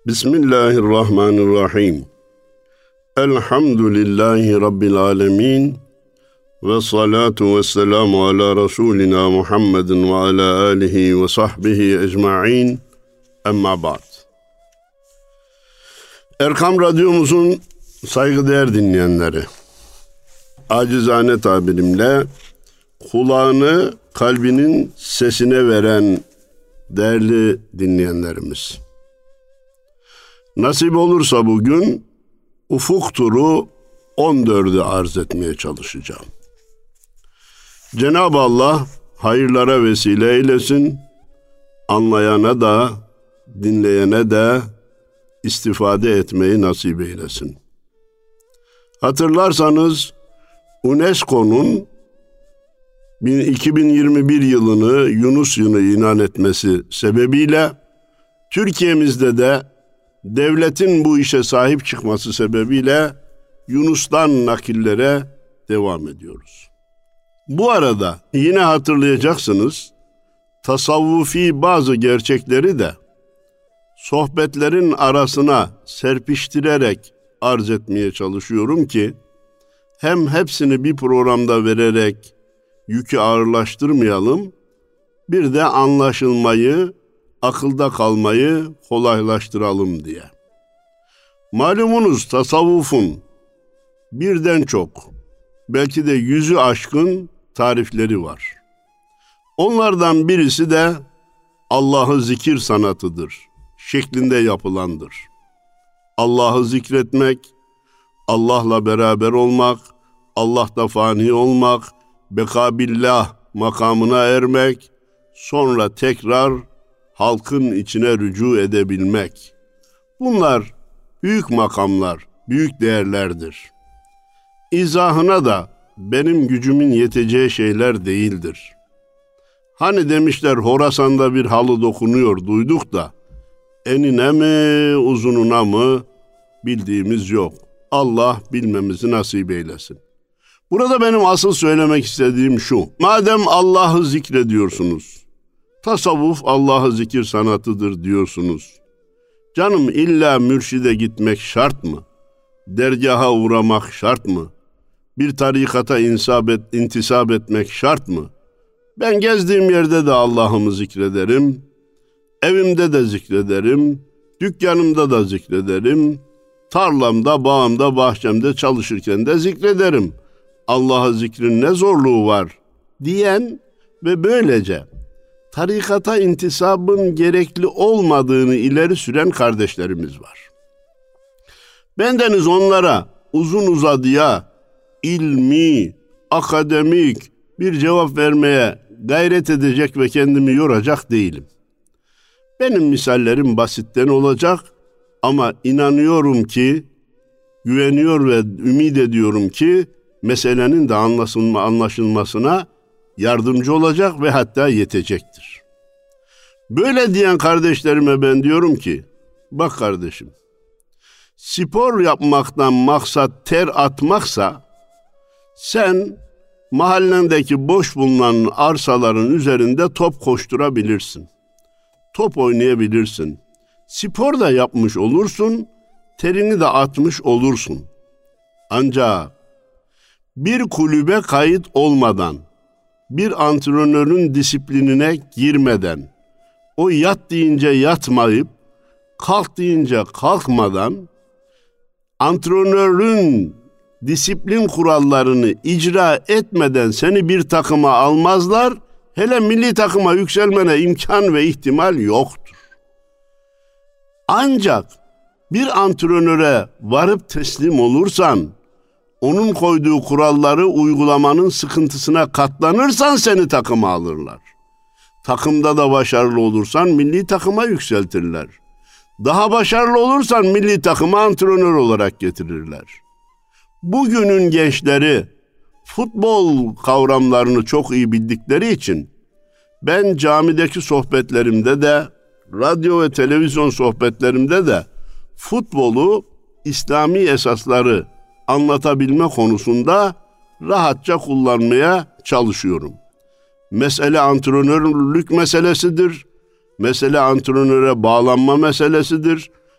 Bismillahirrahmanirrahim. Elhamdülillahi Rabbil alemin. Ve salatu ve selamu ala Resulina Muhammedin ve ala alihi ve sahbihi ecma'in. Emma ba'd. Erkam Radyomuzun saygıdeğer dinleyenleri, acizane tabirimle kulağını kalbinin sesine veren değerli dinleyenlerimiz. Nasip olursa bugün Ufuk Turu 14'ü arz etmeye çalışacağım. Cenab-ı Allah hayırlara vesile eylesin, anlayana da, dinleyene de istifade etmeyi nasip eylesin. Hatırlarsanız UNESCO'nun 2021 yılını Yunus yılı ilan etmesi sebebiyle Türkiye'mizde de devletin bu işe sahip çıkması sebebiyle Yunus'tan nakillere devam ediyoruz. Bu arada yine hatırlayacaksınız, tasavvufi bazı gerçekleri de sohbetlerin arasına serpiştirerek arz etmeye çalışıyorum ki hem hepsini bir programda vererek yükü ağırlaştırmayalım, bir de anlaşılmayı, akılda kalmayı kolaylaştıralım diye. Malumunuz tasavvufun birden çok, belki de 100'ü aşkın tarifleri var. Onlardan birisi de Allah'ı zikir sanatıdır şeklinde yapılandır. Allah'ı zikretmek, Allah'la beraber olmak, Allah'ta fani olmak, bekabillah makamına ermek, sonra tekrar halkın içine rücu edebilmek. Bunlar büyük makamlar, büyük değerlerdir. İzahına da benim gücümün yeteceği şeyler değildir. Hani demişler Horasan'da bir halı dokunuyor duyduk da enine mi uzununa mı bildiğimiz yok. Allah bilmemizi nasip eylesin. Burada benim asıl söylemek istediğim şu. Madem Allah'ı zikrediyorsunuz, tasavvuf Allah'ı zikir sanatıdır diyorsunuz. Canım illa mürşide gitmek şart mı? Dergaha uğramak şart mı? Bir tarikata intisap etmek şart mı? Ben gezdiğim yerde de Allah'ımı zikrederim. Evimde de zikrederim. Dükkanımda da zikrederim. Tarlamda, bağımda, bahçemde çalışırken de zikrederim. Allah'a zikrin ne zorluğu var diyen ve böylece tarikata intisabın gerekli olmadığını ileri süren kardeşlerimiz var. Bendeniz onlara uzun uzadıya ilmi, akademik bir cevap vermeye gayret edecek ve kendimi yoracak değilim. Benim misallerim basitten olacak ama inanıyorum ki, güveniyor ve ümit ediyorum ki meselenin de anlaşılmasına yardımcı olacak ve hatta yetecektir. Böyle diyen kardeşlerime ben diyorum ki, bak kardeşim, spor yapmaktan maksat ter atmaksa, sen mahallendeki boş bulunan arsaların üzerinde top koşturabilirsin. Top oynayabilirsin. Spor da yapmış olursun, terini de atmış olursun. Ancak bir kulübe kayıt olmadan, bir antrenörün disiplinine girmeden, o yat deyince yatmayıp, kalk deyince kalkmadan, antrenörün disiplin kurallarını icra etmeden seni bir takıma almazlar, hele milli takıma yükselmene imkan ve ihtimal yoktur. Ancak bir antrenöre varıp teslim olursan, onun koyduğu kuralları uygulamanın sıkıntısına katlanırsan seni takıma alırlar. Takımda da başarılı olursan milli takıma yükseltirler. Daha başarılı olursan milli takıma antrenör olarak getirirler. Bugünün gençleri futbol kavramlarını çok iyi bildikleri için ben camideki sohbetlerimde de, radyo ve televizyon sohbetlerimde de futbolu İslami esasları anlatabilme konusunda rahatça kullanmaya çalışıyorum. Mesele antrenörlük meselesidir. Mesele antrenöre bağlanma meselesidir.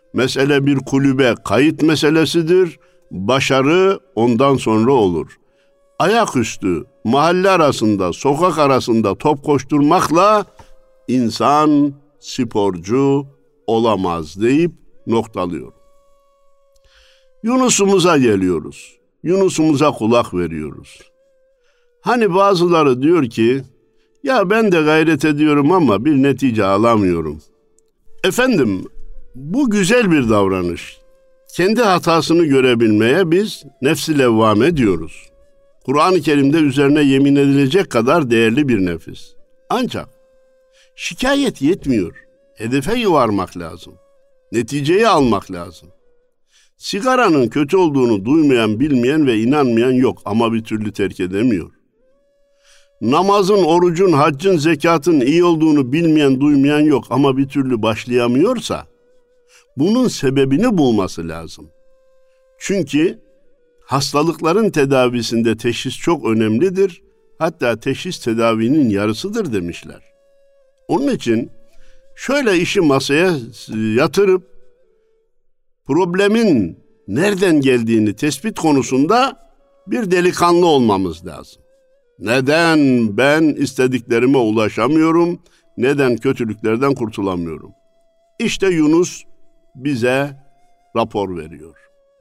Mesele bir kulübe kayıt meselesidir. Başarı ondan sonra olur. Ayaküstü, mahalle arasında, sokak arasında top koşturmakla insan sporcu olamaz deyip noktalıyor. Yunus'umuza geliyoruz. Yunus'umuza kulak veriyoruz. Hani bazıları diyor ki, ya ben de gayret ediyorum ama bir netice alamıyorum. Efendim, bu güzel bir davranış. Kendi hatasını görebilmeye biz nefs-i levvame diyoruz. Kur'an-ı Kerim'de üzerine yemin edilecek kadar değerli bir nefis. Ancak şikayet yetmiyor. Hedefe varmak lazım. Neticeyi almak lazım. Sigaranın kötü olduğunu duymayan, bilmeyen ve inanmayan yok ama bir türlü terk edemiyor. Namazın, orucun, haccın, zekatın iyi olduğunu bilmeyen, duymayan yok ama bir türlü başlayamıyorsa bunun sebebini bulması lazım. Çünkü hastalıkların tedavisinde teşhis çok önemlidir. Hatta teşhis tedavinin yarısıdır demişler. Onun için şöyle işi masaya yatırıp problemin nereden geldiğini tespit konusunda bir delikanlı olmamız lazım. Neden ben istediklerime ulaşamıyorum? Neden kötülüklerden kurtulamıyorum? İşte Yunus bize rapor veriyor.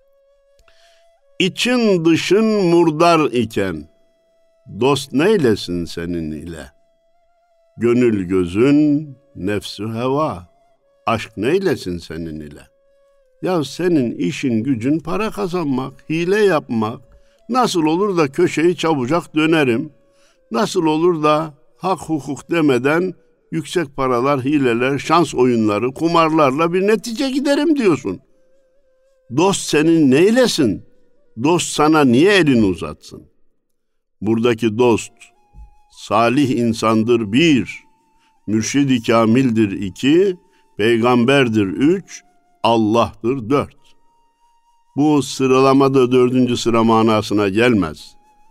İçin dışın murdar iken, dost neylesin senin ile? Gönül gözün, nefsü heva, aşk neylesin senin ile? Ya senin işin gücün para kazanmak, hile yapmak, nasıl olur da köşeyi çabucak dönerim, nasıl olur da hak hukuk demeden yüksek paralar, hileler, şans oyunları, kumarlarla bir netice giderim diyorsun. Dost senin neylesin? Dost sana niye elini uzatsın? Buradaki dost, salih insandır 1, mürşid-i kamildir 2, peygamberdir 3, Allah'tır 4. Bu sıralamada 4. sıra manasına gelmez.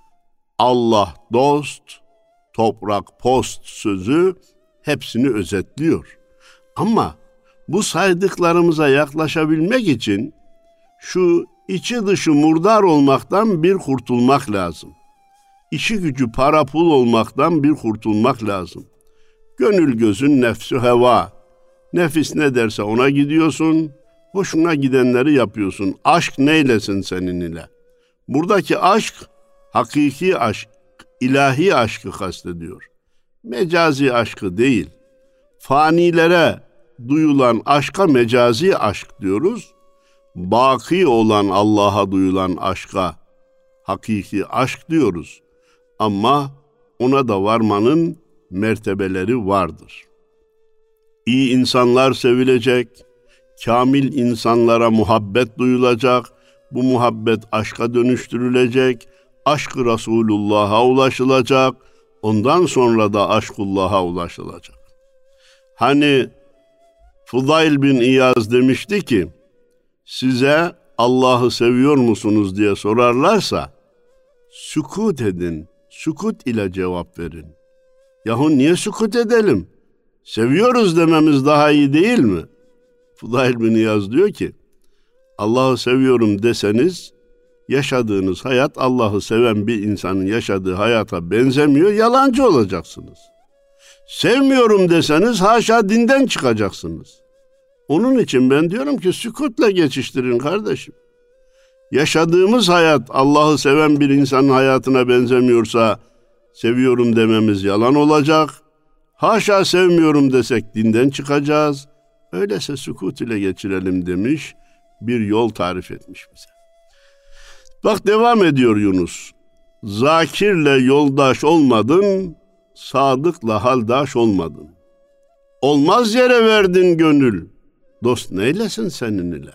Allah dost, toprak post sözü hepsini özetliyor. Ama bu saydıklarımıza yaklaşabilmek için şu içi dışı murdar olmaktan bir kurtulmak lazım. İşi gücü para pul olmaktan bir kurtulmak lazım. Gönül gözün nefsü heva. Nefis ne derse ona gidiyorsun. Hoşuna gidenleri yapıyorsun. Aşk neylesin senin ile? Buradaki aşk, hakiki aşk, ilahi aşkı kastediyor. Mecazi aşkı değil. Fanilere duyulan aşka mecazi aşk diyoruz. Baki olan Allah'a duyulan aşka hakiki aşk diyoruz. Ama ona da varmanın mertebeleri vardır. İyi insanlar sevilecek, kamil insanlara muhabbet duyulacak, bu muhabbet aşka dönüştürülecek, aşk-ı Resulullah'a ulaşılacak, ondan sonra da aşkullah'a ulaşılacak. Hani Fudayl bin İyaz demişti ki, size Allah'ı seviyor musunuz diye sorarlarsa, sükut edin, sükut ile cevap verin. Yahu niye sükut edelim? Seviyoruz dememiz daha iyi değil mi? Fudayl bin İyaz diyor ki, Allah'ı seviyorum deseniz, yaşadığınız hayat Allah'ı seven bir insanın yaşadığı hayata benzemiyor, yalancı olacaksınız. Sevmiyorum deseniz haşa dinden çıkacaksınız. Onun için ben diyorum ki sükutla geçiştirin kardeşim. Yaşadığımız hayat Allah'ı seven bir insanın hayatına benzemiyorsa seviyorum dememiz yalan olacak. Haşa sevmiyorum desek dinden çıkacağız. Öyleyse sükut ile geçirelim demiş, bir yol tarif etmiş bize. Bak devam ediyor Yunus. Zakirle yoldaş olmadın, sadıkla haldaş olmadın. Olmaz yere verdin gönül, dost neylesin senin ile?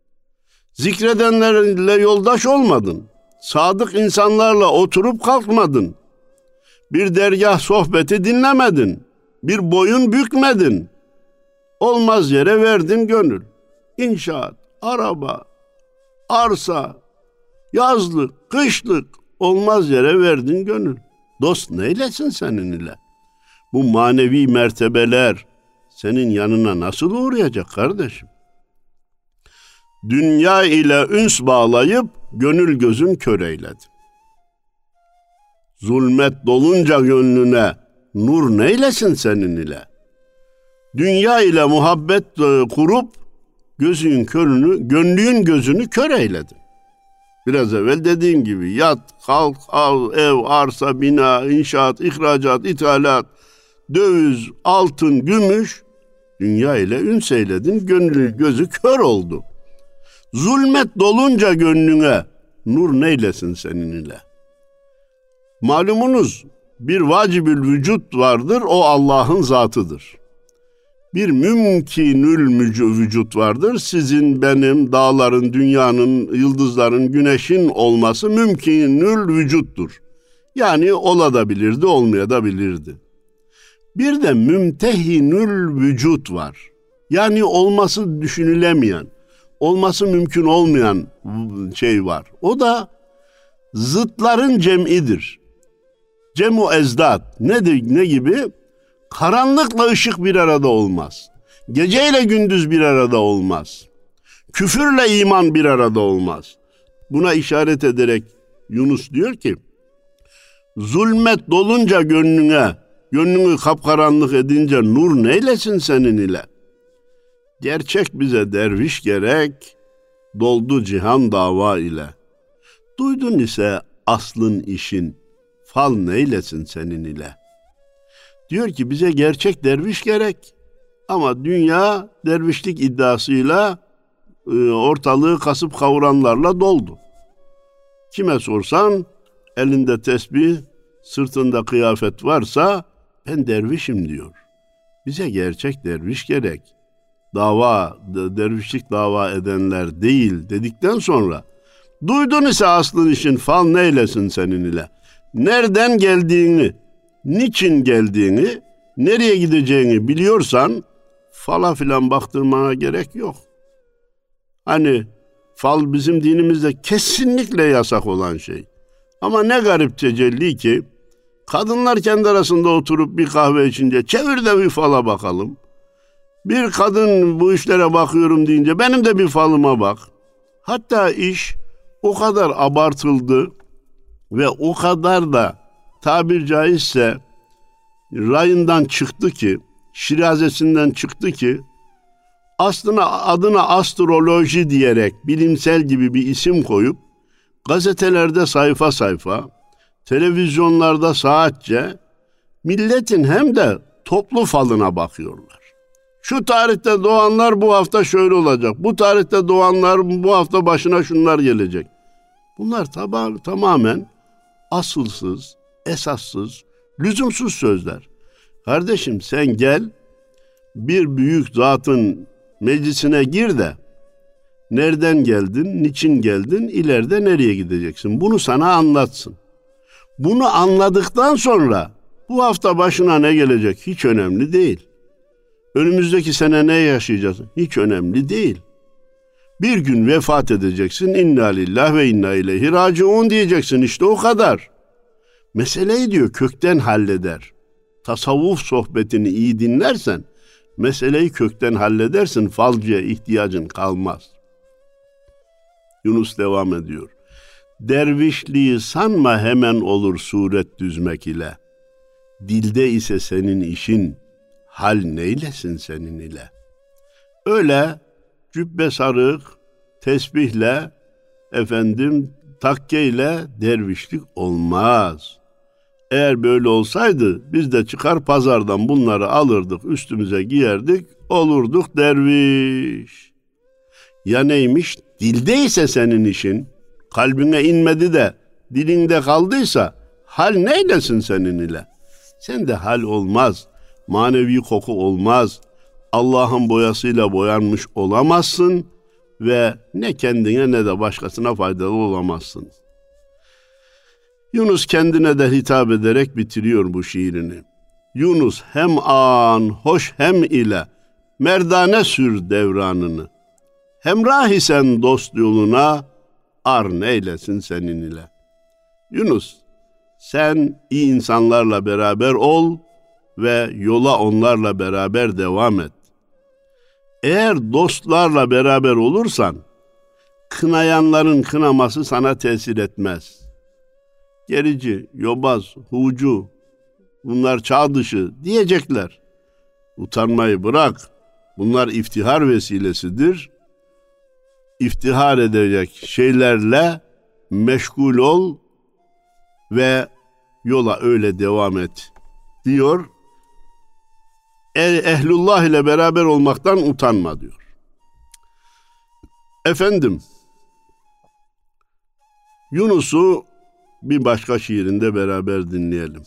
Zikredenlerle yoldaş olmadın, sadık insanlarla oturup kalkmadın. Bir dergah sohbeti dinlemedin, bir boyun bükmedin. Olmaz yere verdin gönül. İnşaat, araba, arsa, yazlık, kışlık olmaz yere verdin gönül. Dost neylesin senin ile? Bu manevi mertebeler senin yanına nasıl uğrayacak kardeşim? Dünya ile üns bağlayıp gönül gözün kör eyledim. Zulmet dolunca gönlüne nur neylesin senin ile? Dünya ile muhabbet kurup gönlün gözünü kör eyledim. Biraz evvel dediğim gibi yat, kalk, al, ev, arsa, bina, inşaat, ihracat, ithalat, döviz, altın, gümüş, dünya ile üns eyledin, gönlün gözü kör oldu. Zulmet dolunca gönlüne nur neylesin senin ile? Malumunuz bir vacibül vücut vardır, o Allah'ın zatıdır. Bir mümkünül vücut vardır, sizin, benim, dağların, dünyanın, yıldızların, güneşin olması mümkünül vücuttur. Yani olabilirdi, olmayabilirdi. Bir de mümtehinül vücut var. Yani olması düşünülemeyen, olması mümkün olmayan şey var. O da zıtların cem'idir. Cemu ezdat. Ne gibi? Karanlıkla ışık bir arada olmaz. Geceyle gündüz bir arada olmaz. Küfürle iman bir arada olmaz. Buna işaret ederek Yunus diyor ki, zulmet dolunca gönlünü kapkaranlık edince nur neylesin senin ile? Gerçek bize derviş gerek, doldu cihan dava ile. Duydun ise aslın işin, fal neylesin senin ile? Diyor ki bize gerçek derviş gerek. Ama dünya dervişlik iddiasıyla ortalığı kasıp kavuranlarla doldu. Kime sorsan elinde tesbih, sırtında kıyafet varsa ben dervişim diyor. Bize gerçek derviş gerek. Dervişlik dava edenler değil dedikten sonra duydun ise aslın işin, fal neylesin senin ile? Nereden geldiğini, niçin geldiğini, nereye gideceğini biliyorsan fala filan baktırmana gerek yok. Hani fal bizim dinimizde kesinlikle yasak olan şey. Ama ne garip tecelli ki kadınlar kendi arasında oturup bir kahve içince çevir de bir fala bakalım. Bir kadın bu işlere bakıyorum deyince benim de bir falıma bak. Hatta iş o kadar abartıldı ve o kadar da tabir caizse rayından çıktı ki, şirazesinden çıktı ki, aslında adına astroloji diyerek bilimsel gibi bir isim koyup, gazetelerde sayfa sayfa, televizyonlarda saatçe, milletin hem de toplu falına bakıyorlar. Şu tarihte doğanlar bu hafta şöyle olacak, bu tarihte doğanlar bu hafta başına şunlar gelecek. Bunlar tamamen asılsız, esassız, lüzumsuz sözler. Kardeşim sen gel, bir büyük zatın meclisine gir de, nereden geldin, niçin geldin, ileride nereye gideceksin? Bunu sana anlatsın. Bunu anladıktan sonra bu hafta başına ne gelecek hiç önemli değil. Önümüzdeki sene ne yaşayacaksın hiç önemli değil. Bir gün vefat edeceksin, inna lillahi ve inna ileyhi raciun diyeceksin, işte o kadar. Meseleyi diyor kökten halleder. Tasavvuf sohbetini iyi dinlersen, meseleyi kökten halledersin, falcıya ihtiyacın kalmaz. Yunus devam ediyor. Dervişliği sanma hemen olur suret düzmek ile. Dilde ise senin işin, hal neylesin senin ile? Öyle cübbe sarık, tesbihle, takkeyle dervişlik olmaz. Eğer böyle olsaydı biz de çıkar pazardan bunları alırdık, üstümüze giyerdik, olurduk derviş. Ya neymiş? Dildeyse senin işin, kalbine inmedi de dilinde kaldıysa hal neylesin senin ile? Sende hal olmaz, manevi koku olmaz, Allah'ın boyasıyla boyanmış olamazsın ve ne kendine ne de başkasına faydalı olamazsın. Yunus kendine de hitap ederek bitiriyor bu şiirini. Yunus hem an hoş hem ile merdane sür devranını. Hemrah isen dost yoluna ar neylesin senin ile. Yunus sen iyi insanlarla beraber ol ve yola onlarla beraber devam et. Eğer dostlarla beraber olursan Kınayanların kınaması sana tesir etmez. Gerici, yobaz, hucu, bunlar çağ dışı diyecekler. Utanmayı bırak. Bunlar iftihar vesilesidir. İftihar edecek şeylerle meşgul ol ve yola öyle devam et diyor. Ehlullah ile beraber olmaktan utanma diyor. Efendim, Yunus'u bir başka şiirinde beraber dinleyelim.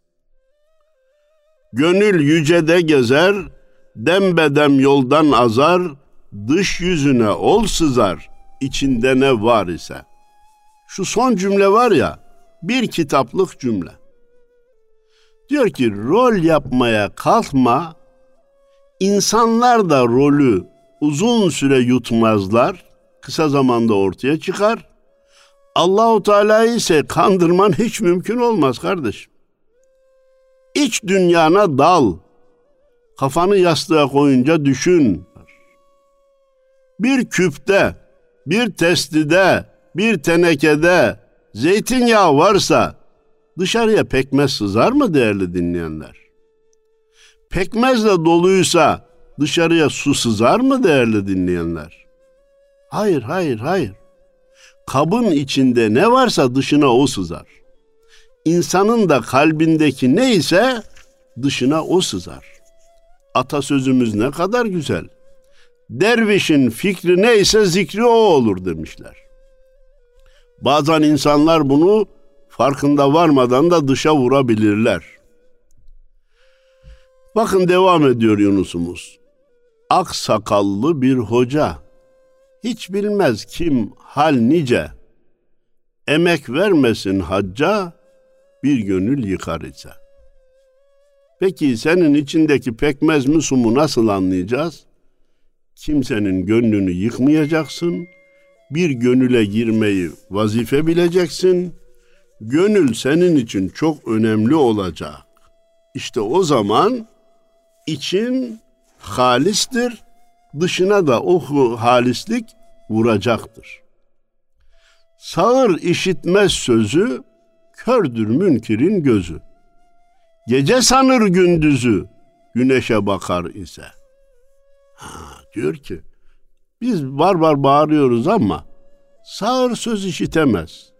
Gönül yücede gezer, dembedem yoldan azar, dış yüzüne ol sızar, içinde ne var ise. Şu son cümle var ya, bir kitaplık cümle. Diyor ki, rol yapmaya kalkma, insanlar da rolü uzun süre yutmazlar, kısa zamanda ortaya çıkar. Allahu Teala'yı ise kandırman hiç mümkün olmaz kardeşim. İç dünyana dal, kafanı yastığa koyunca düşün. Bir küpte, bir testide, bir tenekede zeytinyağı varsa dışarıya pekmez sızar mı değerli dinleyenler? Pekmezle doluysa dışarıya su sızar mı değerli dinleyenler? Hayır, hayır, hayır. Kabın içinde ne varsa dışına o sızar. İnsanın da kalbindeki neyse dışına o sızar. Atasözümüz ne kadar güzel. Dervişin fikri neyse zikri o olur demişler. Bazen insanlar bunu farkında varmadan da dışa vurabilirler. Bakın devam ediyor Yunus'umuz. Ak sakallı bir hoca, hiç bilmez kim hal nice, emek vermesin hacca, bir gönül yıkar ise. Peki senin içindeki pekmez mi su mu nasıl anlayacağız? Kimsenin gönlünü yıkmayacaksın, bir gönüle girmeyi vazife bileceksin, gönül senin için çok önemli olacak. İşte o zaman için halistir, dışına da o halislik vuracaktır. Sağır işitmez sözü, kördür münkirin gözü. Gece sanır gündüzü, güneşe bakar ise. Diyor ki, biz var bağırıyoruz ama sağır söz işitemez.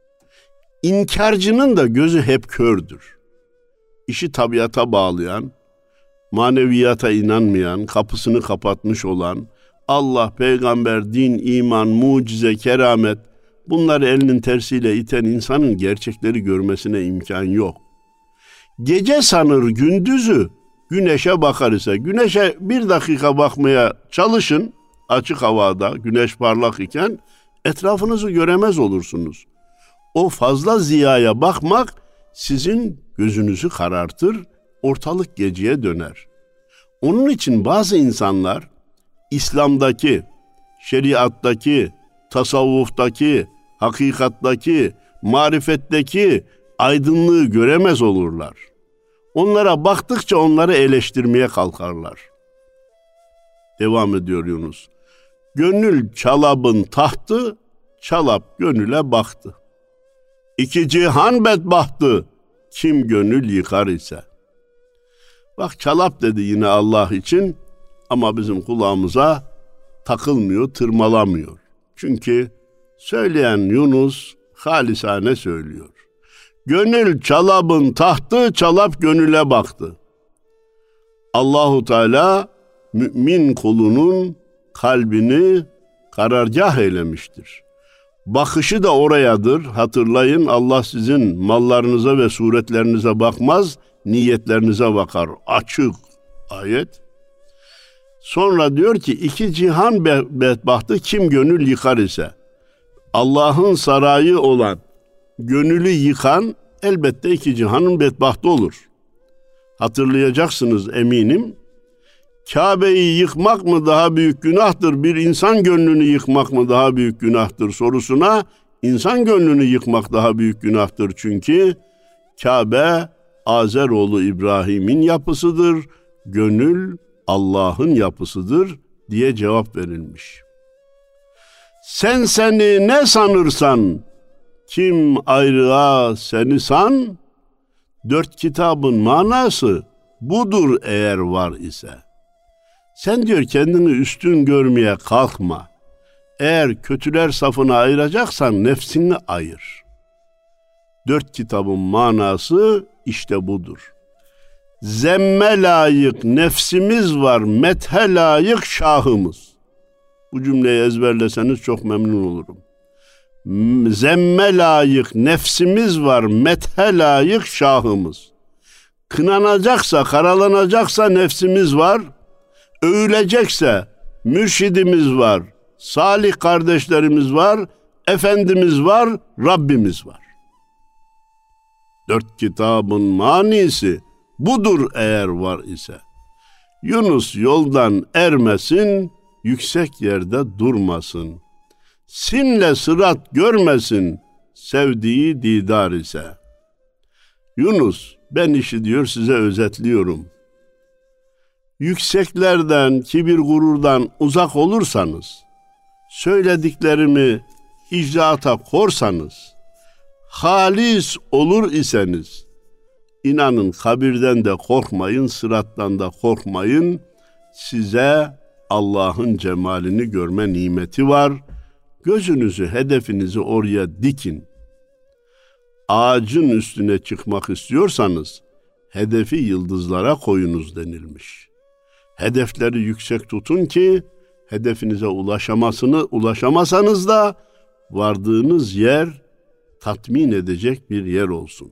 İnkarcının da gözü hep kördür. İşi tabiata bağlayan, maneviyata inanmayan, kapısını kapatmış olan, Allah, peygamber, din, iman, mucize, keramet, bunları elinin tersiyle iten insanın gerçekleri görmesine imkan yok. Gece sanır gündüzü, güneşe bakar ise, güneşe bir dakika bakmaya çalışın, açık havada, güneş parlak iken, etrafınızı göremez olursunuz. O fazla ziyaya bakmak, sizin gözünüzü karartır, ortalık geceye döner. Onun için bazı insanlar, İslam'daki, şeriattaki, tasavvuftaki, hakikattaki, marifetteki aydınlığı göremez olurlar. Onlara baktıkça onları eleştirmeye kalkarlar. Devam ediyor Yunus. Gönül çalabın tahtı, çalap gönüle baktı. İki cihan bedbahtı, kim gönül yıkar ise. Bak çalap dedi yine Allah için ama bizim kulağımıza takılmıyor, tırmalamıyor. Çünkü söyleyen Yunus halisane söylüyor. Gönül çalabın tahtı, çalap gönüle baktı. Allahu Teala mümin kulunun kalbini karargah eylemiştir. Bakışı da orayadır. Hatırlayın, Allah sizin mallarınıza ve suretlerinize bakmaz, niyetlerinize bakar. Açık ayet. Sonra diyor ki iki cihan bedbahtı kim gönül yıkar ise. Allah'ın sarayı olan gönülü yıkan elbette iki cihanın bedbahtı olur. Hatırlayacaksınız eminim. Kabe'yi yıkmak mı daha büyük günahtır, bir insan gönlünü yıkmak mı daha büyük günahtır sorusuna insan gönlünü yıkmak daha büyük günahtır. Çünkü Kabe Azeroğlu İbrahim'in yapısıdır, gönül Allah'ın yapısıdır diye cevap verilmiş. Sen seni ne sanırsan, kim ayrığa seni san, 4 kitabın manası budur eğer var ise. Sen diyor kendini üstün görmeye kalkma. Eğer kötüler safına ayıracaksan nefsini ayır. 4 kitabın manası işte budur. Zemme layık nefsimiz var, methe layık şahımız. Bu cümleyi ezberleseniz çok memnun olurum. Zemme layık nefsimiz var, methe layık şahımız. Kınanacaksa, karalanacaksa nefsimiz var, övülecekse mürşidimiz var, salih kardeşlerimiz var, Efendimiz var, Rabbimiz var. 4 kitabın manisi budur eğer var ise. Yunus yoldan ermesin, yüksek yerde durmasın. Sinle sırat görmesin, sevdiği didar ise. Yunus, ben işi diyor size özetliyorum. Yükseklerden, kibir gururdan uzak olursanız, söylediklerimi icraata korsanız, halis olur iseniz, inanın kabirden de korkmayın, sırattan da korkmayın. Size Allah'ın cemalini görme nimeti var. Gözünüzü, hedefinizi oraya dikin. Ağacın üstüne çıkmak istiyorsanız, hedefi yıldızlara koyunuz denilmiş. Hedefleri yüksek tutun ki, hedefinize ulaşamasanız da, vardığınız yer tatmin edecek bir yer olsun.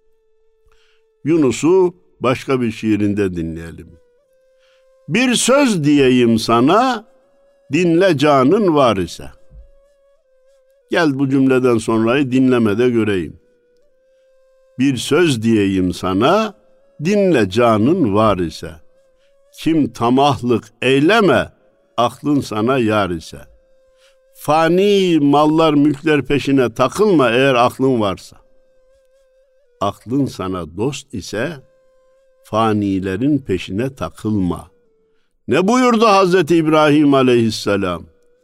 Yunus'u başka bir şiirinde dinleyelim. Bir söz diyeyim sana, dinle canın var ise. Gel bu cümleden sonrayı dinlemede göreyim. Bir söz diyeyim sana, dinle canın var ise. Kim tamahlık eyleme, aklın sana yar ise. Fani mallar mülkler peşine takılma eğer aklın varsa. Aklın sana dost ise, fanilerin peşine takılma. Ne buyurdu Hazreti İbrahim aleyhisselam?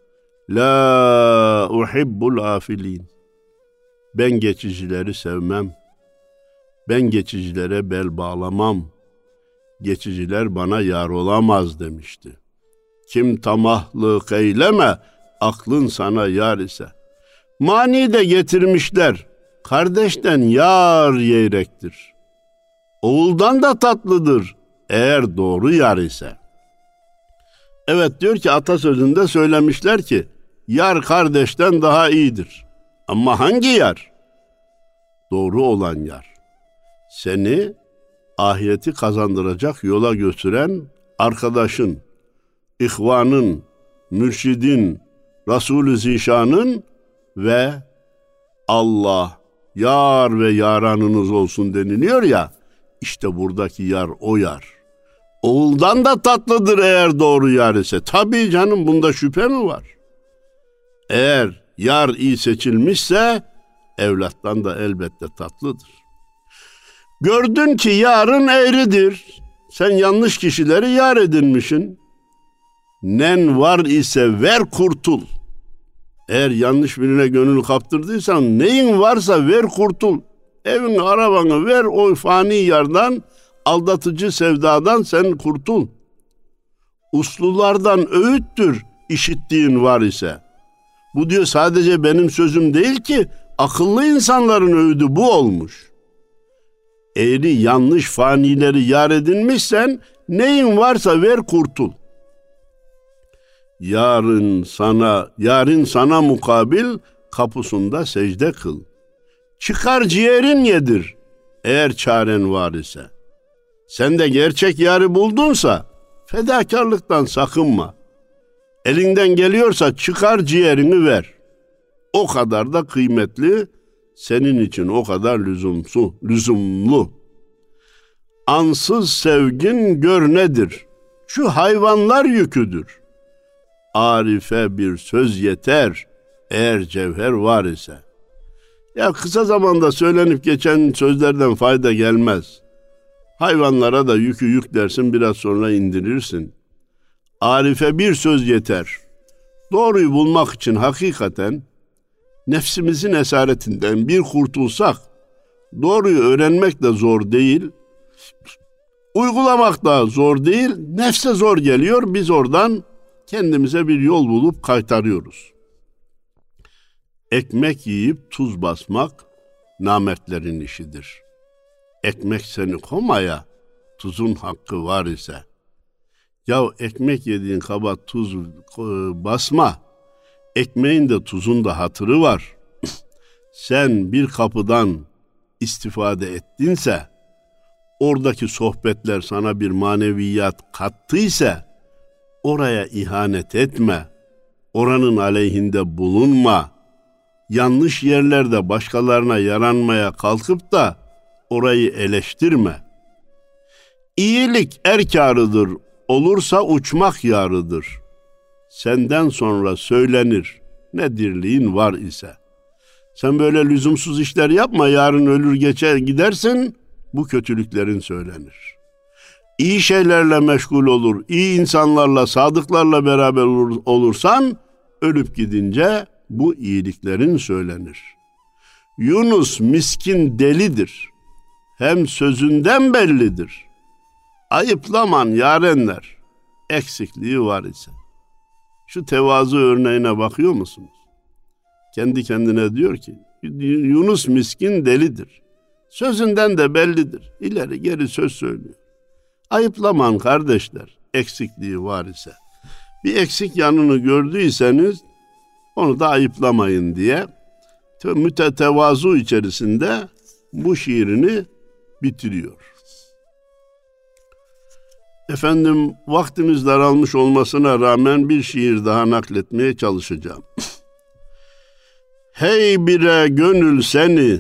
La uhibbul afilin. Ben geçicileri sevmem. Ben geçicilere bel bağlamam. Geçiciler bana yar olamaz demişti. Kim tamahlık eyleme, aklın sana yar ise. Mani de getirmişler. Kardeşten yar yeyrektir. Oğuldan da tatlıdır eğer doğru yar ise. Evet diyor ki atasözünde söylemişler ki yar kardeşten daha iyidir. Ama hangi yar? Doğru olan yar. Seni ahireti kazandıracak yola götüren arkadaşın, ihvanın, mürşidin, Resulü Zişan'ın ve Allah yar ve yaranınız olsun deniliyor ya, işte buradaki yar o yar. Oğuldan da tatlıdır eğer doğru yar ise. Tabii canım, bunda şüphe mi var? Eğer yar iyi seçilmişse evlattan da elbette tatlıdır. Gördün ki yarın eğridir. Sen yanlış kişileri yar edinmişsin. Nen var ise ver kurtul. Eğer yanlış birine gönül kaptırdıysan neyin varsa ver kurtul. Evini, arabanı ver, o fani yardan, aldatıcı sevdadan sen kurtul. Uslulardan öğüttür işittiğin var ise. Bu diyor sadece benim sözüm değil ki, akıllı insanların öğüdü bu olmuş. Eğri yanlış fanileri yar edinmişsen neyin varsa ver kurtul. Yarın sana mukabil kapısında secde kıl. Çıkar ciğerin yedir eğer çaren var ise. Sen de gerçek yarı buldunsa fedakarlıktan sakınma. Elinden geliyorsa çıkar ciğerini ver. O kadar da kıymetli, senin için o kadar lüzumlu. Ansız sevgin gör nedir? Şu hayvanlar yüküdür. Arife bir söz yeter eğer cevher var ise. Ya kısa zamanda söylenip geçen sözlerden fayda gelmez. Hayvanlara da yükü yüklersin, biraz sonra indirirsin. Arife bir söz yeter. Doğruyu bulmak için hakikaten nefsimizin esaretinden bir kurtulsak, doğruyu öğrenmek de zor değil, uygulamak da zor değil, nefse zor geliyor. Biz oradan kendimize bir yol bulup kaytarıyoruz. Ekmek yiyip tuz basmak namertlerin işidir. Ekmek seni komaya, tuzun hakkı var ise. Ya ekmek yediğin kaba tuz basma, ekmeğin de tuzun da hatırı var. Sen bir kapıdan istifade ettinse, oradaki sohbetler sana bir maneviyat kattıysa, oraya ihanet etme, oranın aleyhinde bulunma, yanlış yerlerde başkalarına yaranmaya kalkıp da orayı eleştirme. İyilik erkârıdır, olursa uçmak yarıdır. Senden sonra söylenir, ne dirliğin var ise. Sen böyle lüzumsuz işler yapma, yarın ölür geçer gidersin, bu kötülüklerin söylenir. İyi şeylerle meşgul olur, iyi insanlarla, sadıklarla beraber olursan, ölüp gidince bu iyiliklerin söylenir. Yunus miskin delidir, hem sözünden bellidir. Ayıplaman yarenler, eksikliği var ise. Şu tevazu örneğine bakıyor musunuz? Kendi kendine diyor ki, Yunus miskin delidir. Sözünden de bellidir. İleri geri söz söylüyor. Ayıplaman kardeşler, eksikliği var ise. Bir eksik yanını gördüyseniz onu da ayıplamayın diye mütetevazu içerisinde bu şiirini bitiriyor. Efendim, vaktimiz daralmış olmasına rağmen bir şiir daha nakletmeye çalışacağım. Hey bire gönül seni,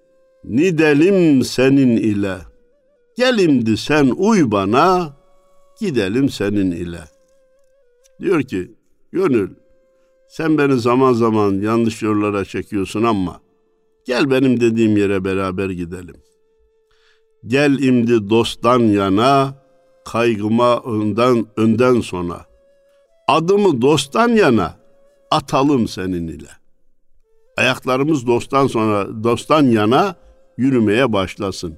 nidelim senin ile. Gelimdi sen uy bana, gidelim senin ile. Diyor ki, gönül, sen beni zaman zaman yanlış yollara çekiyorsun ama gel benim dediğim yere beraber gidelim. Gel imdi dosttan yana, kaygıma önden sona. Adımı dosttan yana, atalım senin ile. Ayaklarımız dosttan yana yürümeye başlasın.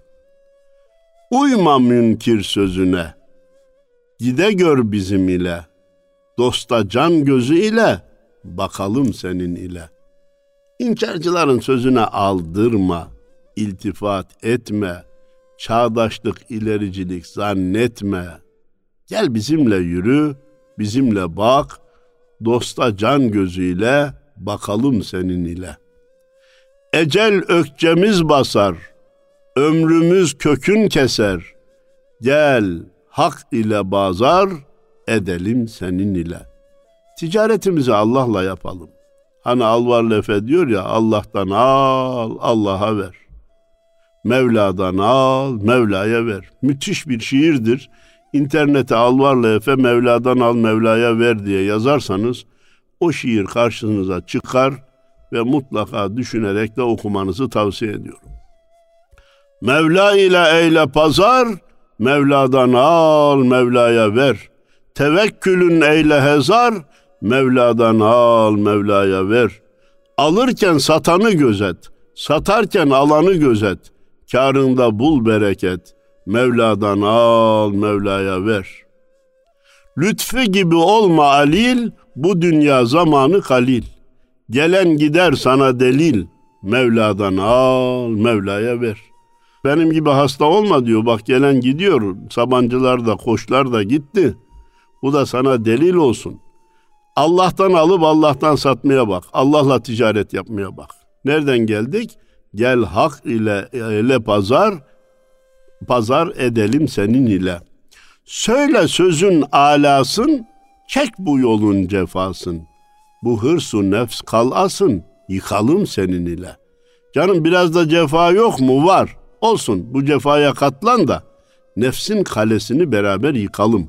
Uyma münkir sözüne, gide gör bizim ile. Dosta can gözü ile, bakalım senin ile. İnkarcıların sözüne aldırma, iltifat etme, çağdaşlık, ilericilik zannetme. Gel bizimle yürü, bizimle bak, dosta can gözüyle, bakalım senin ile. Ecel ökçemiz basar, ömrümüz kökün keser. Gel hak ile bazar, edelim senin ile. Ticaretimizi Allah'la yapalım. Hani Alvar Efe diyor ya, Allah'tan al, Allah'a ver. Mevla'dan al, Mevla'ya ver. Müthiş bir şiirdir. İnternete Alvar Efe Mevla'dan al, Mevla'ya ver diye yazarsanız o şiir karşınıza çıkar ve mutlaka düşünerek de okumanızı tavsiye ediyorum. Mevla ile eyle pazar, Mevla'dan al, Mevla'ya ver. Tevekkülün eyle hezar, Mevla'dan al, Mevla'ya ver. Alırken satanı gözet, satarken alanı gözet. Kârında bul bereket, Mevla'dan al, Mevla'ya ver. Lütfü gibi olma alil, bu dünya zamanı kalil. Gelen gider sana delil, Mevla'dan al, Mevla'ya ver. Benim gibi hasta olma diyor, bak gelen gidiyor, Sabancılar da Koçlar da gitti. Bu da sana delil olsun. Allah'tan alıp Allah'tan satmaya bak, Allah'la ticaret yapmaya bak. Nereden geldik? Gel hak ile pazar edelim senin ile. Söyle sözün alasın, çek bu yolun cefasın. Bu hırsu nefs kalasın, yıkalım senin ile. Canım biraz da cefa yok mu? Var. Olsun, bu cefaya katlan da nefsin kalesini beraber yıkalım.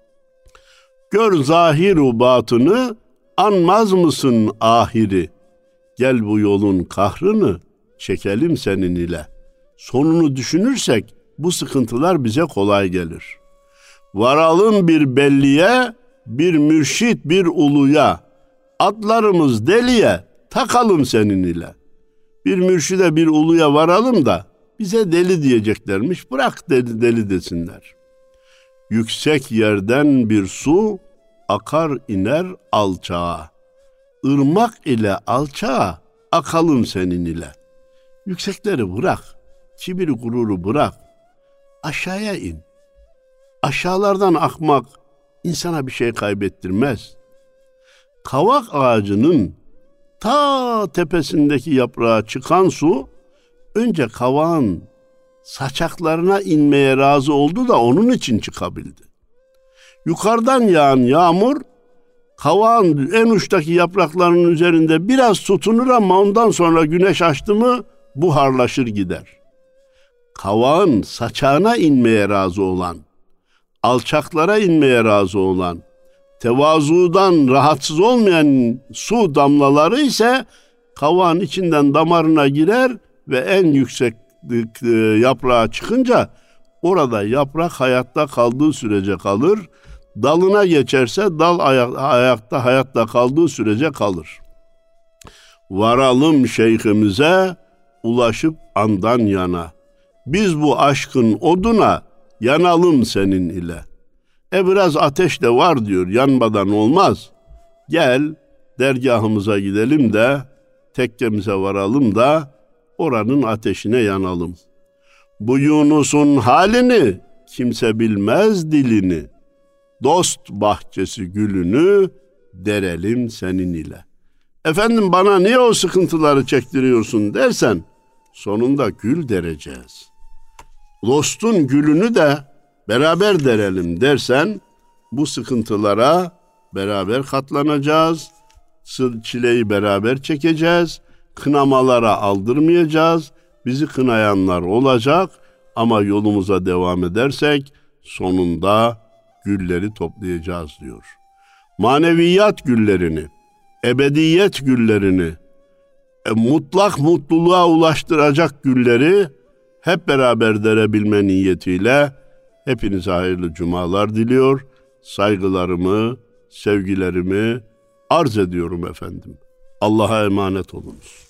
Gör zahiru batını, anmaz mısın ahiri? Gel bu yolun kahrını, çekelim senin ile. Sonunu düşünürsek bu sıkıntılar bize kolay gelir. Varalım bir belliye, bir mürşit bir uluya. Atlarımız deliye, takalım senin ile. Bir mürşide bir uluya varalım da bize deli diyeceklermiş. Bırak deli deli desinler. Yüksek yerden bir su akar iner alçağa. Irmak ile alçağa akalım senin ile. Yüksekleri bırak, kibiri gururu bırak. Aşağıya in. Aşağılardan akmak insana bir şey kaybettirmez. Kavak ağacının ta tepesindeki yaprağa çıkan su önce kavağın saçaklarına inmeye razı oldu da onun için çıkabildi. Yukarıdan yağan yağmur kavağın en uçtaki yapraklarının üzerinde biraz tutunur ama ondan sonra güneş açtı mı buharlaşır gider. Kavağın saçağına inmeye razı olan, alçaklara inmeye razı olan, tevazudan rahatsız olmayan su damlaları ise kavağın içinden damarına girer ve en yüksek yaprağa çıkınca orada yaprak hayatta kaldığı sürece kalır. Dalına geçerse dal hayatta kaldığı sürece kalır. Varalım şeyhimize ulaşıp andan yana. Biz bu aşkın oduna yanalım senin ile. Biraz ateş de var diyor, yanmadan olmaz. Gel dergahımıza gidelim de tekkemize varalım da oranın ateşine yanalım. Bu Yunus'un halini kimse bilmez dilini. Dost bahçesi gülünü derelim senin ile. Efendim bana niye o sıkıntıları çektiriyorsun dersen sonunda gül dereceğiz. Dostun gülünü de beraber derelim dersen bu sıkıntılara beraber katlanacağız. Çileyi beraber çekeceğiz. Kınamalara aldırmayacağız. Bizi kınayanlar olacak ama yolumuza devam edersek sonunda gülleri toplayacağız diyor. Maneviyat güllerini, ebediyet güllerini, mutlak mutluluğa ulaştıracak gülleri hep beraber derebilme niyetiyle hepinize hayırlı cumalar diliyor. Saygılarımı, sevgilerimi arz ediyorum efendim. Allah'a emanet olunuz.